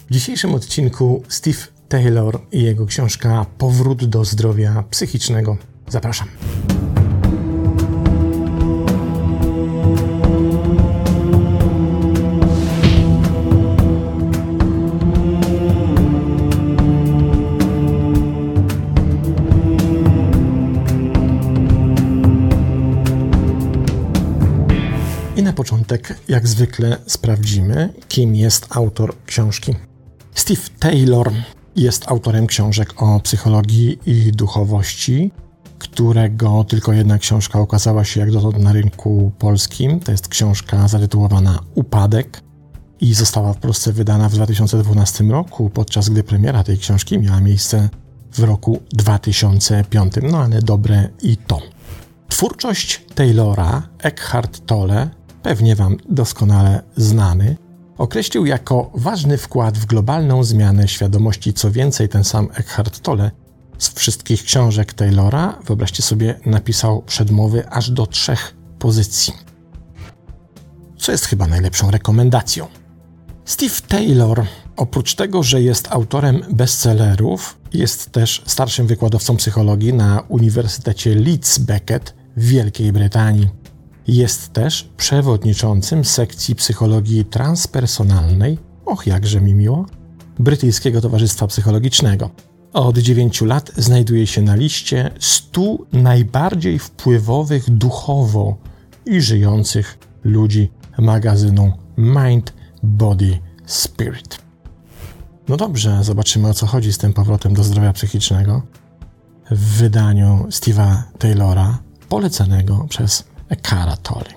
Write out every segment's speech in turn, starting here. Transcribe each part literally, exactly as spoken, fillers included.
W dzisiejszym odcinku Steve Taylor i jego książka Powrót do zdrowia psychicznego. Zapraszam. I na początek, jak zwykle, sprawdzimy, kim jest autor książki. Steve Taylor jest autorem książek o psychologii i duchowości, którego tylko jedna książka ukazała się jak dotąd na rynku polskim. To jest książka zatytułowana Upadek i została w Polsce wydana w dwa tysiące dwunastym roku, podczas gdy premiera tej książki miała miejsce w roku dwa tysiące piątym. No ale dobre i to. Twórczość Taylora Eckhart Tolle, pewnie Wam doskonale znany, określił jako ważny wkład w globalną zmianę świadomości. Co więcej, ten sam Eckhart Tolle z wszystkich książek Taylora, wyobraźcie sobie, napisał przedmowy aż do trzech pozycji. Co jest chyba najlepszą rekomendacją. Steve Taylor, oprócz tego, że jest autorem bestsellerów, jest też starszym wykładowcą psychologii na Uniwersytecie Leeds Beckett w Wielkiej Brytanii. Jest też przewodniczącym sekcji psychologii transpersonalnej, och jakże mi miło, Brytyjskiego Towarzystwa Psychologicznego. Od dziewięciu lat znajduje się na liście stu najbardziej wpływowych duchowo i żyjących ludzi magazynu Mind, Body, Spirit. No dobrze, zobaczymy, o co chodzi z tym powrotem do zdrowia psychicznego w wydaniu Steve'a Taylora, polecanego przez Eckhart Tolle.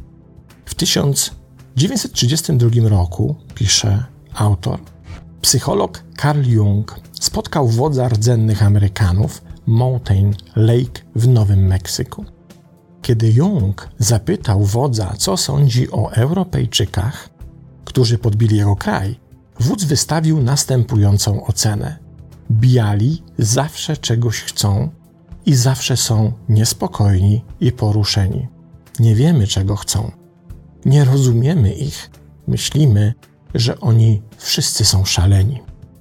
W tysiąc dziewięćset trzydziestym drugim roku, pisze autor, psycholog Carl Jung spotkał wodza rdzennych Amerykanów Mountain Lake w Nowym Meksyku. Kiedy Jung zapytał wodza, co sądzi o Europejczykach, którzy podbili jego kraj, wódz wystawił następującą ocenę. Biali zawsze czegoś chcą i zawsze są niespokojni i poruszeni. Nie wiemy, czego chcą. Nie rozumiemy ich. Myślimy, że oni wszyscy są szaleni.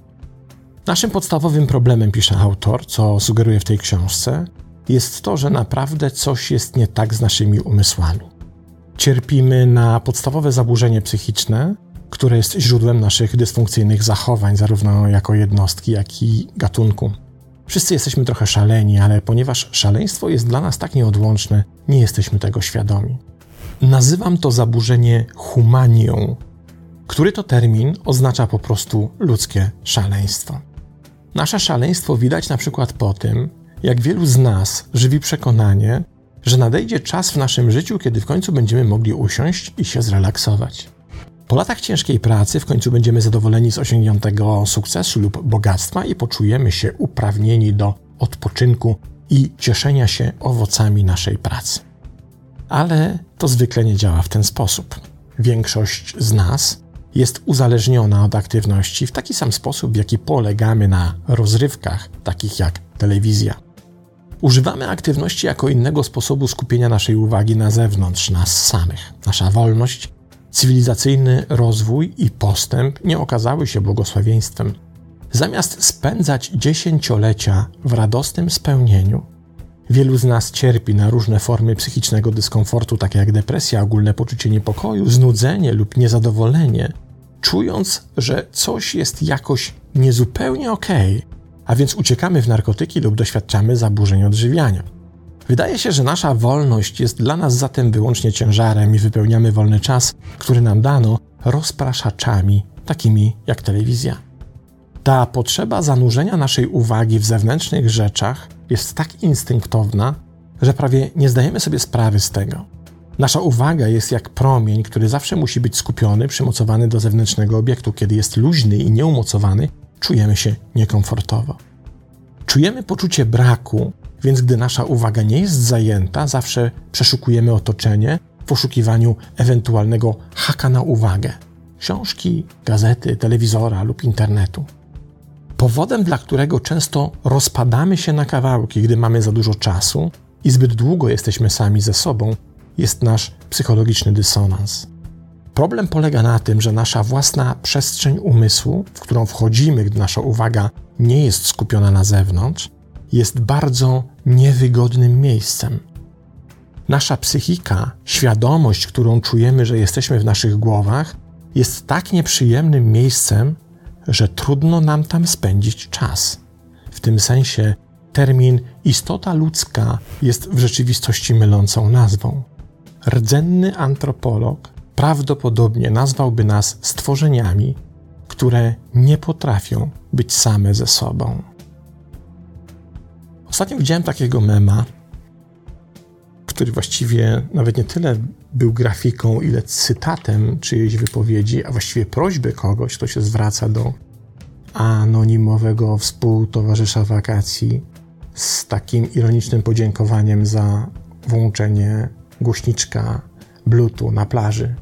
Naszym podstawowym problemem, pisze autor, co sugeruje w tej książce, jest to, że naprawdę coś jest nie tak z naszymi umysłami. Cierpimy na podstawowe zaburzenie psychiczne, które jest źródłem naszych dysfunkcyjnych zachowań, zarówno jako jednostki, jak i gatunku. Wszyscy jesteśmy trochę szaleni, ale ponieważ szaleństwo jest dla nas tak nieodłączne, nie jesteśmy tego świadomi. Nazywam to zaburzenie humanią, który to termin oznacza po prostu ludzkie szaleństwo. Nasze szaleństwo widać na przykład po tym, jak wielu z nas żywi przekonanie, że nadejdzie czas w naszym życiu, kiedy w końcu będziemy mogli usiąść i się zrelaksować. Po latach ciężkiej pracy w końcu będziemy zadowoleni z osiągniętego sukcesu lub bogactwa i poczujemy się uprawnieni do odpoczynku i cieszenia się owocami naszej pracy. Ale to zwykle nie działa w ten sposób. Większość z nas jest uzależniona od aktywności w taki sam sposób, w jaki polegamy na rozrywkach, takich jak telewizja. Używamy aktywności jako innego sposobu skupienia naszej uwagi na zewnątrz nas samych. Nasza wolność, cywilizacyjny rozwój i postęp nie okazały się błogosławieństwem. Zamiast spędzać dziesięciolecia w radosnym spełnieniu, wielu z nas cierpi na różne formy psychicznego dyskomfortu, takie jak depresja, ogólne poczucie niepokoju, znudzenie lub niezadowolenie, czując, że coś jest jakoś niezupełnie okej, a więc uciekamy w narkotyki lub doświadczamy zaburzeń odżywiania. Wydaje się, że nasza wolność jest dla nas zatem wyłącznie ciężarem i wypełniamy wolny czas, który nam dano, rozpraszaczami, takimi jak telewizja. Ta potrzeba zanurzenia naszej uwagi w zewnętrznych rzeczach jest tak instynktowna, że prawie nie zdajemy sobie sprawy z tego. Nasza uwaga jest jak promień, który zawsze musi być skupiony, przymocowany do zewnętrznego obiektu. Kiedy jest luźny i nieumocowany, czujemy się niekomfortowo. Czujemy poczucie braku, więc gdy nasza uwaga nie jest zajęta, zawsze przeszukujemy otoczenie w poszukiwaniu ewentualnego haka na uwagę. Książki, gazety, telewizora lub internetu. Powodem, dla którego często rozpadamy się na kawałki, gdy mamy za dużo czasu i zbyt długo jesteśmy sami ze sobą, jest nasz psychologiczny dysonans. Problem polega na tym, że nasza własna przestrzeń umysłu, w którą wchodzimy, gdy nasza uwaga nie jest skupiona na zewnątrz, jest bardzo niewygodnym miejscem. Nasza psychika, świadomość, którą czujemy, że jesteśmy w naszych głowach, jest tak nieprzyjemnym miejscem, że trudno nam tam spędzić czas. W tym sensie termin istota ludzka jest w rzeczywistości mylącą nazwą. Rdzenny antropolog prawdopodobnie nazwałby nas stworzeniami, które nie potrafią być same ze sobą. Ostatnio widziałem takiego mema, który właściwie nawet nie tyle był grafiką, ile cytatem czyjejś wypowiedzi, a właściwie prośby kogoś, kto się zwraca do anonimowego współtowarzysza wakacji z takim ironicznym podziękowaniem za włączenie głośniczka Bluetooth na plaży,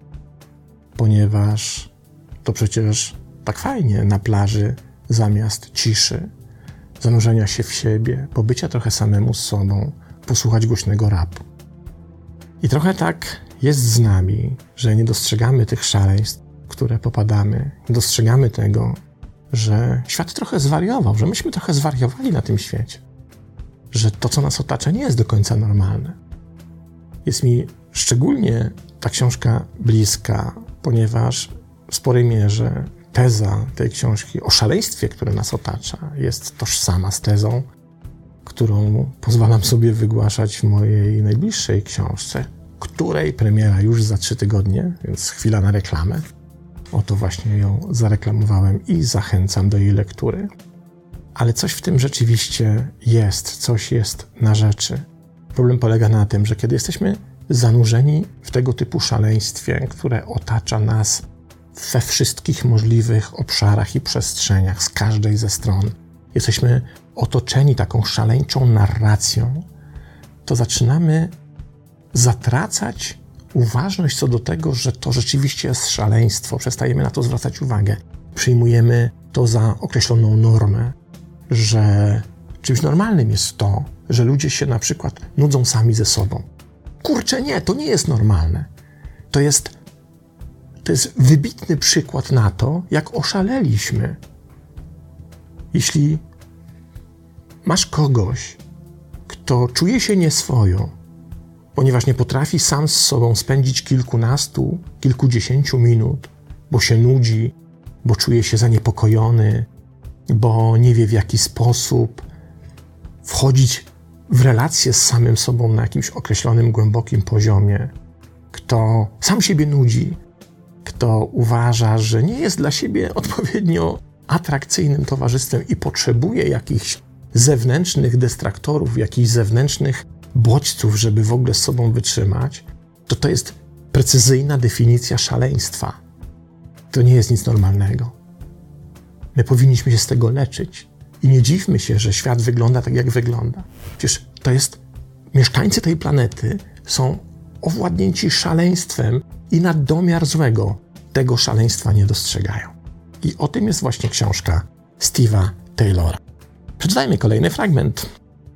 ponieważ to przecież tak fajnie na plaży zamiast ciszy, zanurzenia się w siebie, pobycia trochę samemu z sobą, posłuchać głośnego rapu. I trochę tak jest z nami, że nie dostrzegamy tych szaleństw, w które popadamy. Nie dostrzegamy tego, że świat trochę zwariował, że myśmy trochę zwariowali na tym świecie. Że to, co nas otacza, nie jest do końca normalne. Jest mi szczególnie ta książka bliska, ponieważ w sporej mierze teza tej książki o szaleństwie, które nas otacza, jest tożsama z tezą, którą pozwalam sobie wygłaszać w mojej najbliższej książce, której premiera już za trzy tygodnie, więc chwila na reklamę. Oto właśnie ją zareklamowałem i zachęcam do jej lektury. Ale coś w tym rzeczywiście jest, coś jest na rzeczy. Problem polega na tym, że kiedy jesteśmy zanurzeni w tego typu szaleństwie, które otacza nas we wszystkich możliwych obszarach i przestrzeniach, z każdej ze stron, jesteśmy otoczeni taką szaleńczą narracją, to zaczynamy zatracać uważność co do tego, że to rzeczywiście jest szaleństwo. Przestajemy na to zwracać uwagę. Przyjmujemy to za określoną normę, że czymś normalnym jest to, że ludzie się na przykład nudzą sami ze sobą. Kurczę, nie, to nie jest normalne. To jest, to jest wybitny przykład na to, jak oszaleliśmy. Jeśli masz kogoś, kto czuje się nieswojo, ponieważ nie potrafi sam z sobą spędzić kilkunastu, kilkudziesięciu minut, bo się nudzi, bo czuje się zaniepokojony, bo nie wie w jaki sposób wchodzić w relację z samym sobą na jakimś określonym, głębokim poziomie, kto sam siebie nudzi, kto uważa, że nie jest dla siebie odpowiednio atrakcyjnym towarzystwem i potrzebuje jakichś zewnętrznych dystraktorów, jakichś zewnętrznych bodźców, żeby w ogóle z sobą wytrzymać, to to jest precyzyjna definicja szaleństwa. To nie jest nic normalnego. My powinniśmy się z tego leczyć i nie dziwmy się, że świat wygląda tak, jak wygląda. Przecież to jest... Mieszkańcy tej planety są owładnięci szaleństwem i na domiar złego tego szaleństwa nie dostrzegają. I o tym jest właśnie książka Steve'a Taylora. Przeczytajmy kolejny fragment.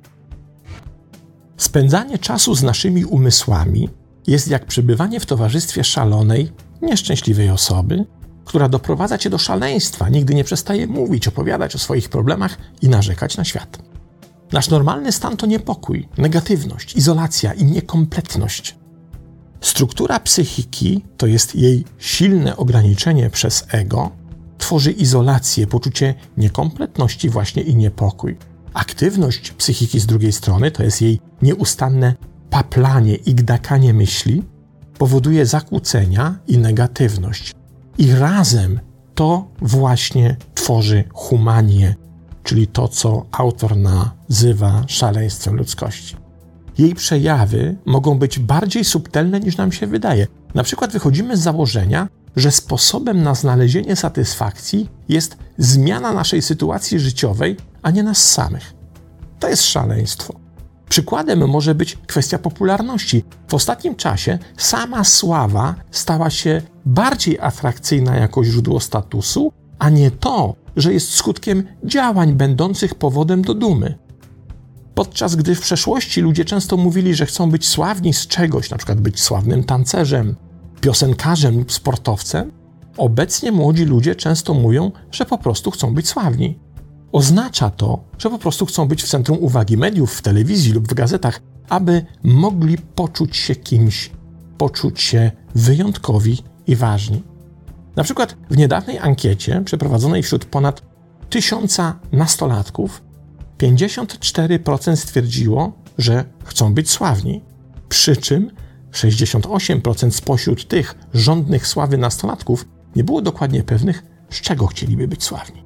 Spędzanie czasu z naszymi umysłami jest jak przebywanie w towarzystwie szalonej, nieszczęśliwej osoby, która doprowadza cię do szaleństwa, nigdy nie przestaje mówić, opowiadać o swoich problemach i narzekać na świat. Nasz normalny stan to niepokój, negatywność, izolacja i niekompletność. Struktura psychiki, to jest jej silne ograniczenie przez ego, tworzy izolację, poczucie niekompletności właśnie i niepokój. Aktywność psychiki z drugiej strony, to jest jej nieustanne paplanie i gdakanie myśli, powoduje zakłócenia i negatywność. I razem to właśnie tworzy humanię, czyli to, co autor nazywa szaleństwem ludzkości. Jej przejawy mogą być bardziej subtelne, niż nam się wydaje. Na przykład wychodzimy z założenia, że sposobem na znalezienie satysfakcji jest zmiana naszej sytuacji życiowej, a nie nas samych. To jest szaleństwo. Przykładem może być kwestia popularności. W ostatnim czasie sama sława stała się bardziej atrakcyjna jako źródło statusu, a nie to, że jest skutkiem działań będących powodem do dumy. Podczas gdy w przeszłości ludzie często mówili, że chcą być sławni z czegoś, na przykład być sławnym tancerzem, piosenkarzem lub sportowcem, obecnie młodzi ludzie często mówią, że po prostu chcą być sławni. Oznacza to, że po prostu chcą być w centrum uwagi mediów, w telewizji lub w gazetach, aby mogli poczuć się kimś, poczuć się wyjątkowi i ważni. Na przykład w niedawnej ankiecie przeprowadzonej wśród ponad tysiąca nastolatków pięćdziesiąt cztery procent stwierdziło, że chcą być sławni, przy czym sześćdziesiąt osiem procent spośród tych żądnych sławy nastolatków nie było dokładnie pewnych, z czego chcieliby być sławni.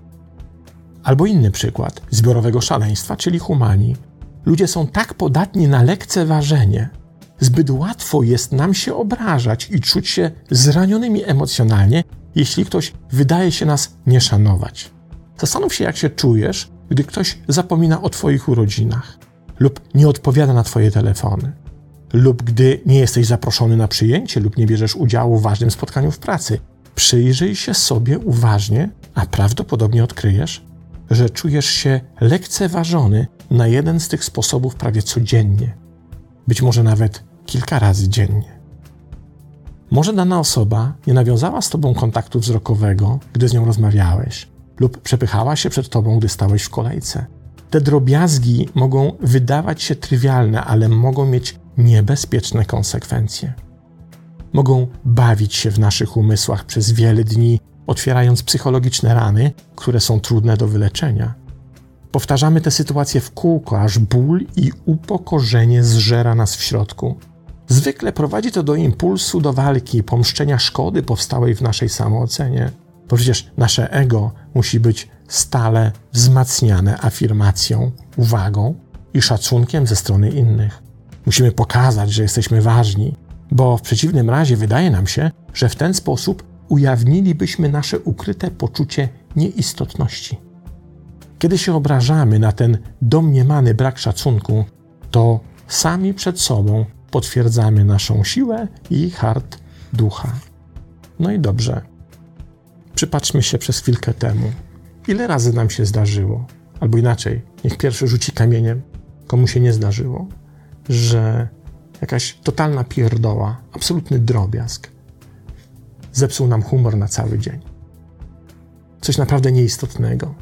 Albo inny przykład zbiorowego szaleństwa, czyli humanii. Ludzie są tak podatni na lekceważenie. Zbyt łatwo jest nam się obrażać i czuć się zranionymi emocjonalnie, jeśli ktoś wydaje się nas nie szanować. Zastanów się, jak się czujesz, gdy ktoś zapomina o twoich urodzinach lub nie odpowiada na twoje telefony, lub gdy nie jesteś zaproszony na przyjęcie lub nie bierzesz udziału w ważnym spotkaniu w pracy. Przyjrzyj się sobie uważnie, a prawdopodobnie odkryjesz, że czujesz się lekceważony na jeden z tych sposobów prawie codziennie, być może nawet kilka razy dziennie. Może dana osoba nie nawiązała z tobą kontaktu wzrokowego, gdy z nią rozmawiałeś, lub przepychała się przed tobą, gdy stałeś w kolejce. Te drobiazgi mogą wydawać się trywialne, ale mogą mieć niebezpieczne konsekwencje. Mogą bawić się w naszych umysłach przez wiele dni, otwierając psychologiczne rany, które są trudne do wyleczenia. Powtarzamy te sytuacje w kółko, aż ból i upokorzenie zżera nas w środku. Zwykle prowadzi to do impulsu do walki, pomszczenia szkody powstałej w naszej samoocenie. Bo przecież nasze ego musi być stale wzmacniane afirmacją, uwagą i szacunkiem ze strony innych. Musimy pokazać, że jesteśmy ważni, bo w przeciwnym razie wydaje nam się, że w ten sposób ujawnilibyśmy nasze ukryte poczucie nieistotności. Kiedy się obrażamy na ten domniemany brak szacunku, to sami przed sobą potwierdzamy naszą siłę i hart ducha. No i dobrze. Przypatrzmy się przez chwilkę temu. Ile razy nam się zdarzyło, albo inaczej, niech pierwszy rzuci kamieniem, komu się nie zdarzyło, że jakaś totalna pierdoła, absolutny drobiazg zepsuł nam humor na cały dzień. Coś naprawdę nieistotnego.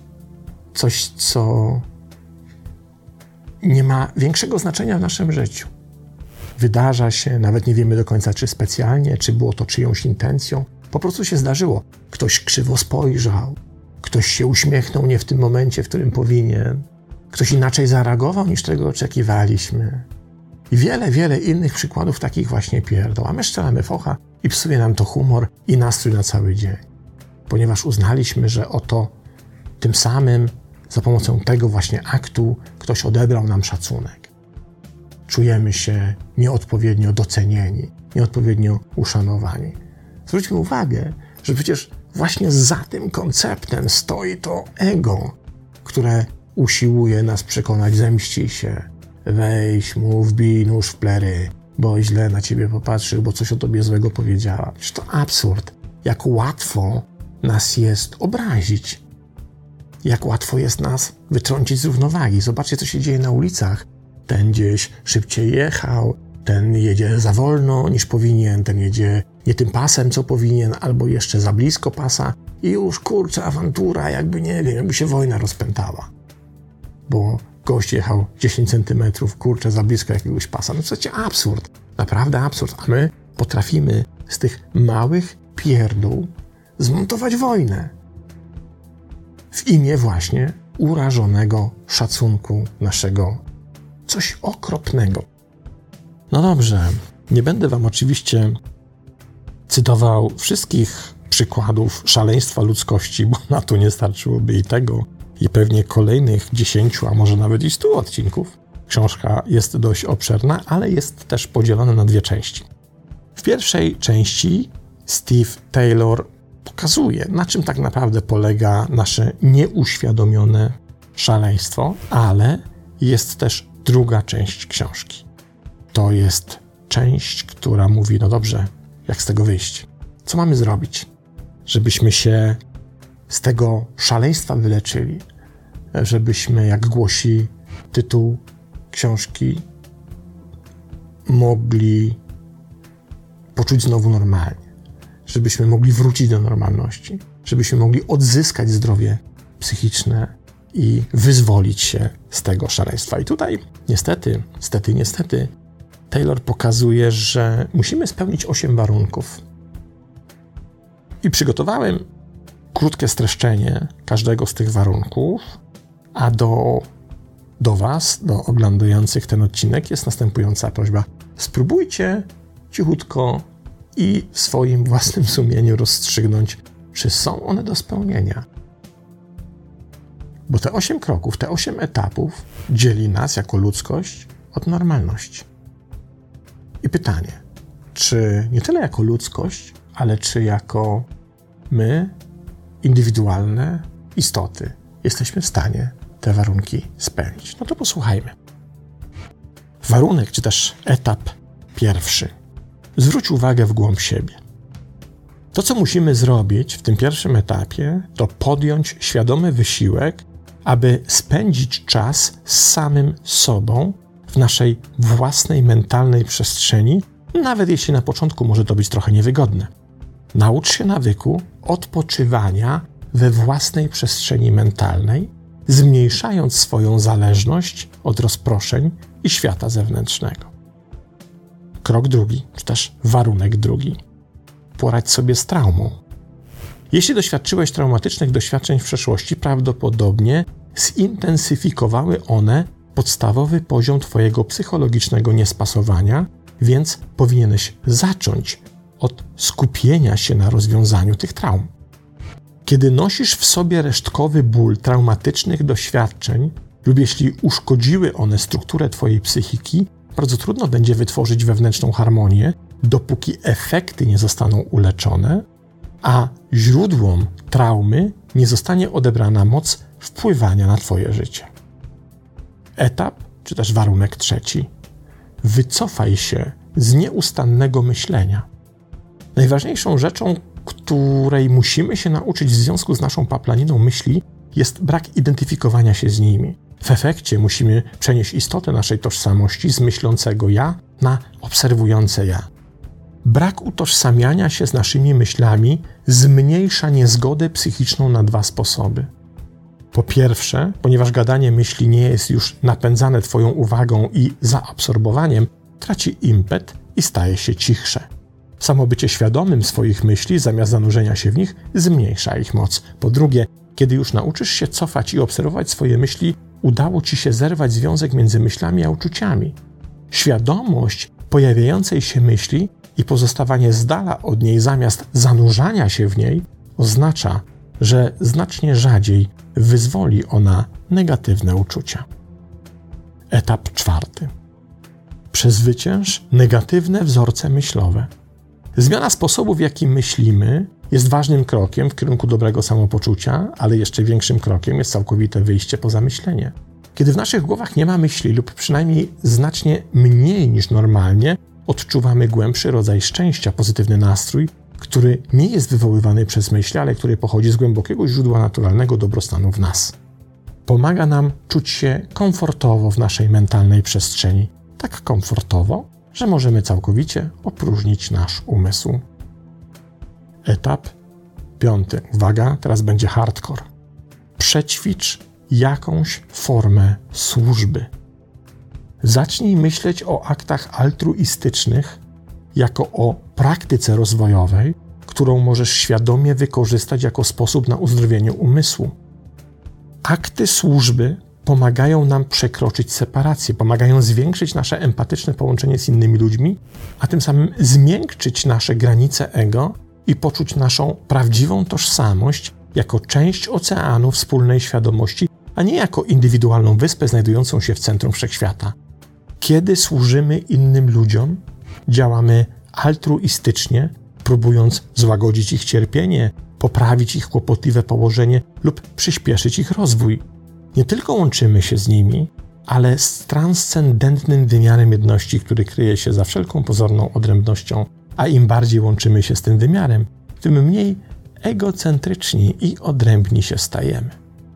Coś, co nie ma większego znaczenia w naszym życiu. Wydarza się, nawet nie wiemy do końca, czy specjalnie, czy było to czyjąś intencją. Po prostu się zdarzyło. Ktoś krzywo spojrzał, ktoś się uśmiechnął nie w tym momencie, w którym powinien, ktoś inaczej zareagował, niż tego oczekiwaliśmy. I wiele, wiele innych przykładów takich właśnie pierdół. A my strzelamy focha i psuje nam to humor i nastrój na cały dzień. Ponieważ uznaliśmy, że oto tym samym, za pomocą tego właśnie aktu, ktoś odebrał nam szacunek. Czujemy się nieodpowiednio docenieni, nieodpowiednio uszanowani. Zwróćmy uwagę, że przecież właśnie za tym konceptem stoi to ego, które usiłuje nas przekonać, zemści się. Weź, mów, bij nóż w plery, bo źle na ciebie popatrzył, bo coś o tobie złego powiedziała. Przecież to absurd. Jak łatwo nas jest obrazić. Jak łatwo jest nas wytrącić z równowagi. Zobaczcie, co się dzieje na ulicach. Ten gdzieś szybciej jechał, ten jedzie za wolno niż powinien, ten jedzie nie tym pasem, co powinien, albo jeszcze za blisko pasa i już, kurczę, awantura, jakby nie wiem, jakby się wojna rozpętała. Bo gość jechał dziesięć centymetrów, kurczę, za blisko jakiegoś pasa. No przecież absurd, naprawdę absurd. A my potrafimy z tych małych pierdół zmontować wojnę. W imię właśnie urażonego szacunku naszego. Coś okropnego. No dobrze, nie będę wam oczywiście cytował wszystkich przykładów szaleństwa ludzkości, bo na to nie starczyłoby i tego, i pewnie kolejnych dziesięciu, a może nawet i stu odcinków. Książka jest dość obszerna, ale jest też podzielona na dwie części. W pierwszej części Steve Taylor pokazuje, na czym tak naprawdę polega nasze nieuświadomione szaleństwo, ale jest też druga część książki. To jest część, która mówi, no dobrze, jak z tego wyjść? Co mamy zrobić, żebyśmy się z tego szaleństwa wyleczyli? Żebyśmy, jak głosi tytuł książki, mogli poczuć znowu normalnie, żebyśmy mogli wrócić do normalności, żebyśmy mogli odzyskać zdrowie psychiczne i wyzwolić się z tego szaleństwa. I tutaj niestety, niestety, niestety Taylor pokazuje, że musimy spełnić osiem warunków. I przygotowałem krótkie streszczenie każdego z tych warunków, a do, do Was, do oglądających ten odcinek jest następująca prośba. Spróbujcie cichutko i w swoim własnym sumieniu rozstrzygnąć, czy są one do spełnienia. Bo te osiem kroków, te osiem etapów dzieli nas jako ludzkość od normalności. I pytanie, czy nie tyle jako ludzkość, ale czy jako my, indywidualne istoty, jesteśmy w stanie te warunki spełnić? No to posłuchajmy. Warunek, czy też etap pierwszy. Zwróć uwagę w głąb siebie. To, co musimy zrobić w tym pierwszym etapie, to podjąć świadomy wysiłek, aby spędzić czas z samym sobą w naszej własnej mentalnej przestrzeni, nawet jeśli na początku może to być trochę niewygodne. Naucz się nawyku odpoczywania we własnej przestrzeni mentalnej, zmniejszając swoją zależność od rozproszeń i świata zewnętrznego. Krok drugi, czy też warunek drugi. Poradź sobie z traumą. Jeśli doświadczyłeś traumatycznych doświadczeń w przeszłości, prawdopodobnie zintensyfikowały one podstawowy poziom Twojego psychologicznego niespasowania, więc powinieneś zacząć od skupienia się na rozwiązaniu tych traum. Kiedy nosisz w sobie resztkowy ból traumatycznych doświadczeń lub jeśli uszkodziły one strukturę Twojej psychiki, bardzo trudno będzie wytworzyć wewnętrzną harmonię, dopóki efekty nie zostaną uleczone, a źródłom traumy nie zostanie odebrana moc wpływania na Twoje życie. Etap, czy też warunek trzeci. Wycofaj się z nieustannego myślenia. Najważniejszą rzeczą, której musimy się nauczyć w związku z naszą paplaniną myśli, jest brak identyfikowania się z nimi. W efekcie musimy przenieść istotę naszej tożsamości z myślącego ja na obserwujące ja. Brak utożsamiania się z naszymi myślami zmniejsza niezgodę psychiczną na dwa sposoby. Po pierwsze, ponieważ gadanie myśli nie jest już napędzane Twoją uwagą i zaabsorbowaniem, traci impet i staje się cichsze. Samo bycie świadomym swoich myśli, zamiast zanurzenia się w nich, zmniejsza ich moc. Po drugie, kiedy już nauczysz się cofać i obserwować swoje myśli, udało Ci się zerwać związek między myślami a uczuciami. Świadomość pojawiającej się myśli i pozostawanie z dala od niej zamiast zanurzania się w niej oznacza, że znacznie rzadziej wyzwoli ona negatywne uczucia. Etap czwarty. Przezwycięż negatywne wzorce myślowe. Zmiana sposobu, w jaki myślimy, jest ważnym krokiem w kierunku dobrego samopoczucia, ale jeszcze większym krokiem jest całkowite wyjście poza myślenie. Kiedy w naszych głowach nie ma myśli lub przynajmniej znacznie mniej niż normalnie, odczuwamy głębszy rodzaj szczęścia, pozytywny nastrój, który nie jest wywoływany przez myśli, ale który pochodzi z głębokiego źródła naturalnego dobrostanu w nas. Pomaga nam czuć się komfortowo w naszej mentalnej przestrzeni. Tak komfortowo, że możemy całkowicie opróżnić nasz umysł. Etap piąty. Uwaga, teraz będzie hardcore. Przećwicz jakąś formę służby. Zacznij myśleć o aktach altruistycznych jako o praktyce rozwojowej, którą możesz świadomie wykorzystać jako sposób na uzdrowienie umysłu. Akty służby pomagają nam przekroczyć separację, pomagają zwiększyć nasze empatyczne połączenie z innymi ludźmi, a tym samym zmiękczyć nasze granice ego i poczuć naszą prawdziwą tożsamość jako część oceanu wspólnej świadomości, a nie jako indywidualną wyspę znajdującą się w centrum wszechświata. Kiedy służymy innym ludziom, działamy altruistycznie, próbując złagodzić ich cierpienie, poprawić ich kłopotliwe położenie lub przyspieszyć ich rozwój. Nie tylko łączymy się z nimi, ale z transcendentnym wymiarem jedności, który kryje się za wszelką pozorną odrębnością, a im bardziej łączymy się z tym wymiarem, tym mniej egocentryczni i odrębni się stajemy.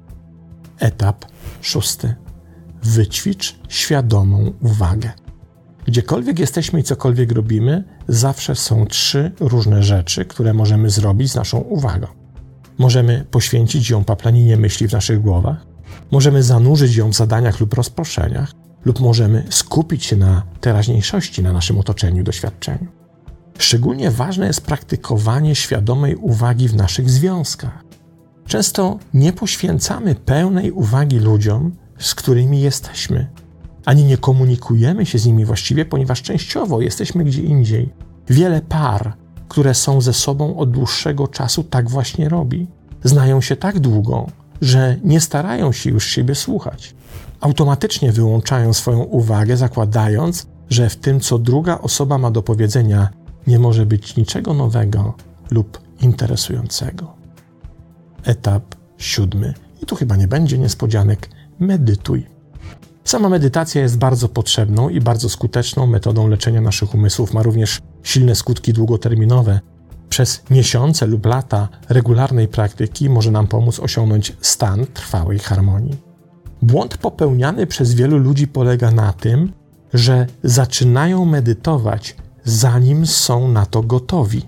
Etap szósty. Wyćwicz świadomą uwagę. Gdziekolwiek jesteśmy i cokolwiek robimy, zawsze są trzy różne rzeczy, które możemy zrobić z naszą uwagą. Możemy poświęcić ją paplaninie myśli w naszych głowach, możemy zanurzyć ją w zadaniach lub rozproszeniach, lub możemy skupić się na teraźniejszości, na naszym otoczeniu, doświadczeniu. Szczególnie ważne jest praktykowanie świadomej uwagi w naszych związkach. Często nie poświęcamy pełnej uwagi ludziom, z którymi jesteśmy, ani nie komunikujemy się z nimi właściwie, ponieważ częściowo jesteśmy gdzie indziej. Wiele par, które są ze sobą od dłuższego czasu, tak właśnie robi. Znają się tak długo, że nie starają się już siebie słuchać. Automatycznie wyłączają swoją uwagę, zakładając, że w tym, co druga osoba ma do powiedzenia, nie może być niczego nowego lub interesującego. Etap siódmy. I tu chyba nie będzie niespodzianek. Medytuj. Sama medytacja jest bardzo potrzebną i bardzo skuteczną metodą leczenia naszych umysłów. Ma również silne skutki długoterminowe. Przez miesiące lub lata regularnej praktyki może nam pomóc osiągnąć stan trwałej harmonii. Błąd popełniany przez wielu ludzi polega na tym, że zaczynają medytować, zanim są na to gotowi.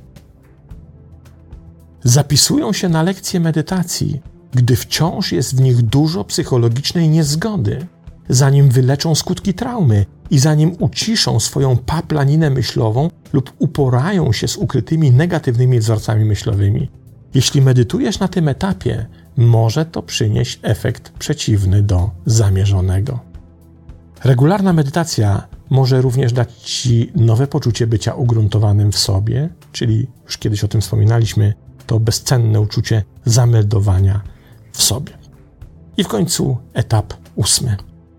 Zapisują się na lekcje medytacji, gdy wciąż jest w nich dużo psychologicznej niezgody, zanim wyleczą skutki traumy i zanim uciszą swoją paplaninę myślową lub uporają się z ukrytymi negatywnymi wzorcami myślowymi. Jeśli medytujesz na tym etapie, może to przynieść efekt przeciwny do zamierzonego. Regularna medytacja może również dać Ci nowe poczucie bycia ugruntowanym w sobie, czyli już kiedyś o tym wspominaliśmy, to bezcenne uczucie zameldowania w sobie. I w końcu etap ósmy.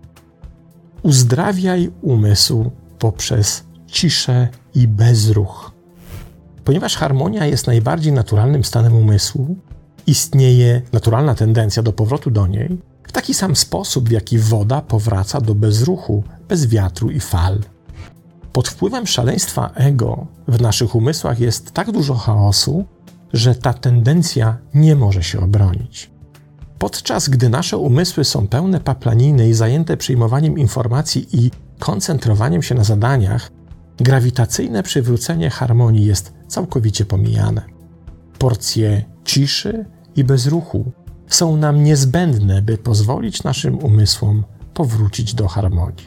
Uzdrawiaj umysł poprzez ciszę i bezruch. Ponieważ harmonia jest najbardziej naturalnym stanem umysłu, istnieje naturalna tendencja do powrotu do niej w taki sam sposób, w jaki woda powraca do bezruchu, bez wiatru i fal. Pod wpływem szaleństwa ego w naszych umysłach jest tak dużo chaosu, że ta tendencja nie może się obronić. Podczas gdy nasze umysły są pełne paplaniny i zajęte przyjmowaniem informacji i koncentrowaniem się na zadaniach, grawitacyjne przywrócenie harmonii jest całkowicie pomijane. Porcje ciszy i bezruchu są nam niezbędne, by pozwolić naszym umysłom powrócić do harmonii.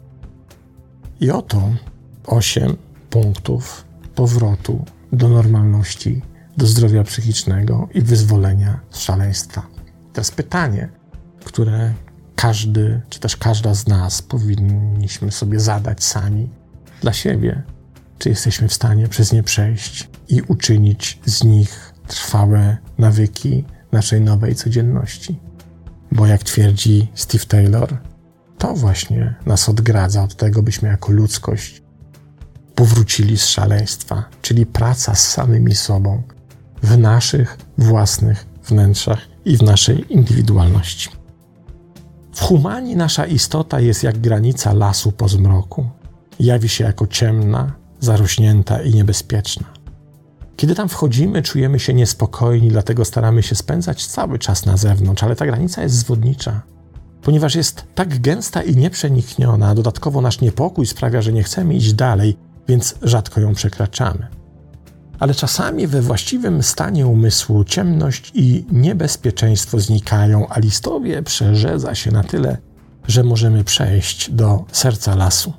I oto osiem punktów powrotu do normalności, do zdrowia psychicznego i wyzwolenia z szaleństwa. Teraz pytanie, które każdy, czy też każda z nas powinniśmy sobie zadać sami dla siebie. Czy jesteśmy w stanie przez nie przejść i uczynić z nich trwałe nawyki naszej nowej codzienności? Bo jak twierdzi Steve Taylor, to właśnie nas odgradza od tego, byśmy jako ludzkość powrócili z szaleństwa, czyli praca z samymi sobą w naszych własnych wnętrzach i w naszej indywidualności. W humanii nasza istota jest jak granica lasu po zmroku. Jawi się jako ciemna, zarośnięta i niebezpieczna. Kiedy tam wchodzimy, czujemy się niespokojni, dlatego staramy się spędzać cały czas na zewnątrz, ale ta granica jest zwodnicza. Ponieważ jest tak gęsta i nieprzenikniona, dodatkowo nasz niepokój sprawia, że nie chcemy iść dalej, więc rzadko ją przekraczamy. Ale czasami we właściwym stanie umysłu ciemność i niebezpieczeństwo znikają, a listowie przerzedza się na tyle, że możemy przejść do serca lasu.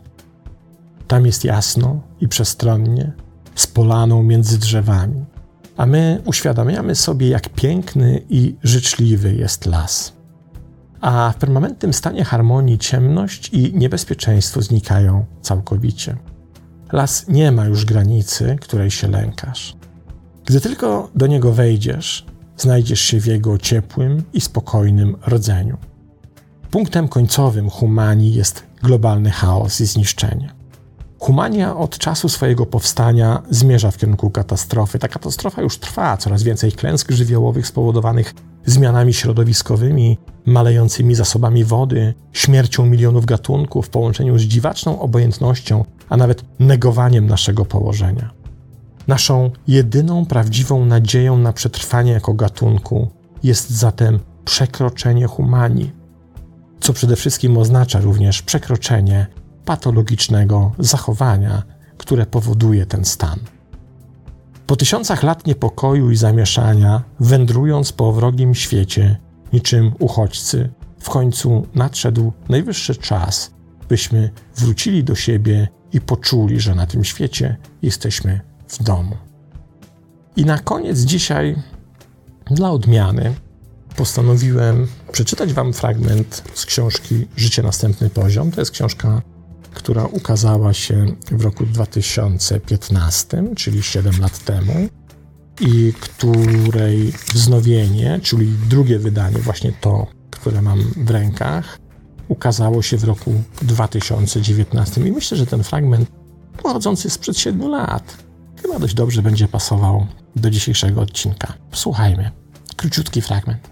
Tam jest jasno i przestronnie, z polaną między drzewami, a my uświadamiamy sobie, jak piękny i życzliwy jest las. A w permanentnym stanie harmonii ciemność i niebezpieczeństwo znikają całkowicie. Las nie ma już granicy, której się lękasz. Gdy tylko do niego wejdziesz, znajdziesz się w jego ciepłym i spokojnym rdzeniu. Punktem końcowym humanii jest globalny chaos i zniszczenie. Humania od czasu swojego powstania zmierza w kierunku katastrofy. Ta katastrofa już trwa, coraz więcej klęsk żywiołowych spowodowanych zmianami środowiskowymi, malejącymi zasobami wody, śmiercią milionów gatunków w połączeniu z dziwaczną obojętnością, a nawet negowaniem naszego położenia. Naszą jedyną prawdziwą nadzieją na przetrwanie jako gatunku jest zatem przekroczenie humanii, co przede wszystkim oznacza również przekroczenie patologicznego zachowania, które powoduje ten stan. Po tysiącach lat niepokoju i zamieszania, wędrując po wrogim świecie, niczym uchodźcy, w końcu nadszedł najwyższy czas, byśmy wrócili do siebie i poczuli, że na tym świecie jesteśmy w domu. I na koniec dzisiaj, dla odmiany, postanowiłem przeczytać wam fragment z książki Życie Następny Poziom. To jest książka, która ukazała się w roku dwa tysiące piętnastym, czyli siedem lat temu, i której wznowienie, czyli drugie wydanie, właśnie to, które mam w rękach, ukazało się w roku dwa tysiące dziewiętnastym. I myślę, że ten fragment pochodzący sprzed siedmiu lat chyba dość dobrze będzie pasował do dzisiejszego odcinka. Słuchajmy. Króciutki fragment.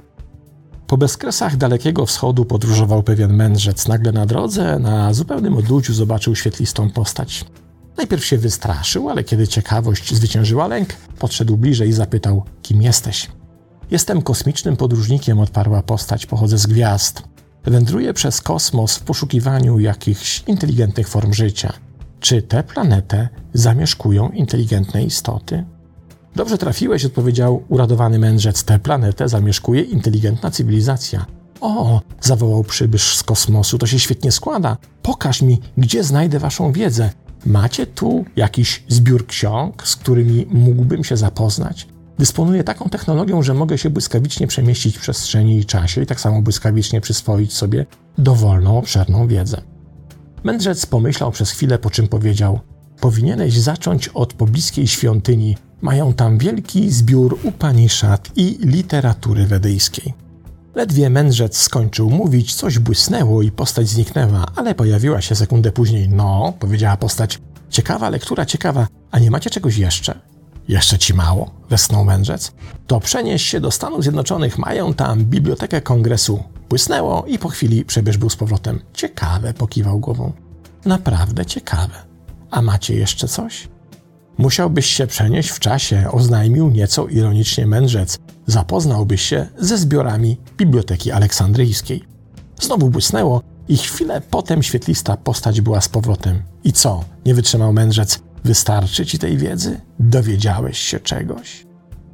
Po bezkresach Dalekiego Wschodu podróżował pewien mędrzec. Nagle na drodze, na zupełnym odludziu zobaczył świetlistą postać. Najpierw się wystraszył, ale kiedy ciekawość zwyciężyła lęk, podszedł bliżej i zapytał: kim jesteś? Jestem kosmicznym podróżnikiem, odparła postać, pochodzę z gwiazd. Wędruję przez kosmos w poszukiwaniu jakichś inteligentnych form życia. Czy tę planetę zamieszkują inteligentne istoty? Dobrze trafiłeś, odpowiedział uradowany mędrzec. Tę planetę zamieszkuje inteligentna cywilizacja. O, zawołał przybysz z kosmosu, to się świetnie składa. Pokaż mi, gdzie znajdę waszą wiedzę. Macie tu jakiś zbiór ksiąg, z którymi mógłbym się zapoznać? Dysponuję taką technologią, że mogę się błyskawicznie przemieścić w przestrzeni i czasie i tak samo błyskawicznie przyswoić sobie dowolną, obszerną wiedzę. Mędrzec pomyślał przez chwilę, po czym powiedział: powinieneś zacząć od pobliskiej świątyni. Mają tam wielki zbiór Upaniszad i literatury wedyjskiej. Ledwie mędrzec skończył mówić, coś błysnęło i postać zniknęła, ale pojawiła się sekundę później. No, powiedziała postać, ciekawa lektura, ciekawa, a nie macie czegoś jeszcze? Jeszcze ci mało? Westchnął mędrzec. To przenieś się do Stanów Zjednoczonych, mają tam Bibliotekę Kongresu. Błysnęło i po chwili przebierz był z powrotem. Ciekawe, pokiwał głową. Naprawdę ciekawe. A macie jeszcze coś? Musiałbyś się przenieść w czasie, oznajmił nieco ironicznie mędrzec. Zapoznałbyś się ze zbiorami Biblioteki Aleksandryjskiej. Znowu błysnęło i chwilę potem świetlista postać była z powrotem. I co? Nie wytrzymał mędrzec. Wystarczy ci tej wiedzy? Dowiedziałeś się czegoś?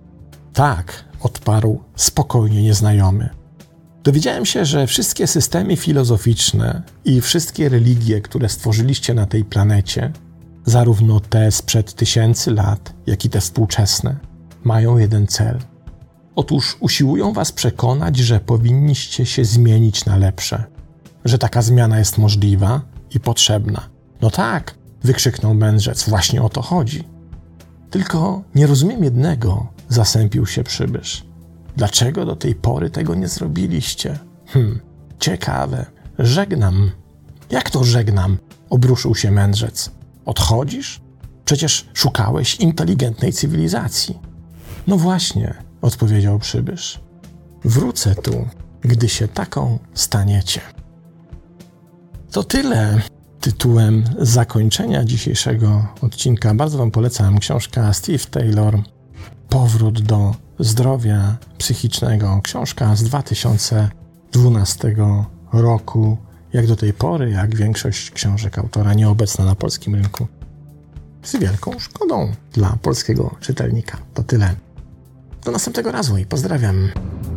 Tak, odparł spokojnie nieznajomy. Dowiedziałem się, że wszystkie systemy filozoficzne i wszystkie religie, które stworzyliście na tej planecie, zarówno te sprzed tysięcy lat, jak i te współczesne, mają jeden cel. Otóż usiłują was przekonać, że powinniście się zmienić na lepsze, że taka zmiana jest możliwa i potrzebna. No tak, wykrzyknął mędrzec, właśnie o to chodzi. Tylko nie rozumiem jednego, zasępił się przybysz. Dlaczego do tej pory tego nie zrobiliście? Hm, ciekawe. Żegnam. Jak to żegnam? Obruszył się mędrzec. Odchodzisz? Przecież szukałeś inteligentnej cywilizacji. No właśnie, odpowiedział przybysz. Wrócę tu, gdy się taką staniecie. To tyle tytułem zakończenia dzisiejszego odcinka. Bardzo wam polecam książka Steve Taylor Powrót do zdrowia psychicznego. Książka z dwa tysiące dwunastego roku. Jak do tej pory, jak większość książek autora nieobecna na polskim rynku. Z wielką szkodą dla polskiego czytelnika. To tyle. Do następnego razu i pozdrawiam.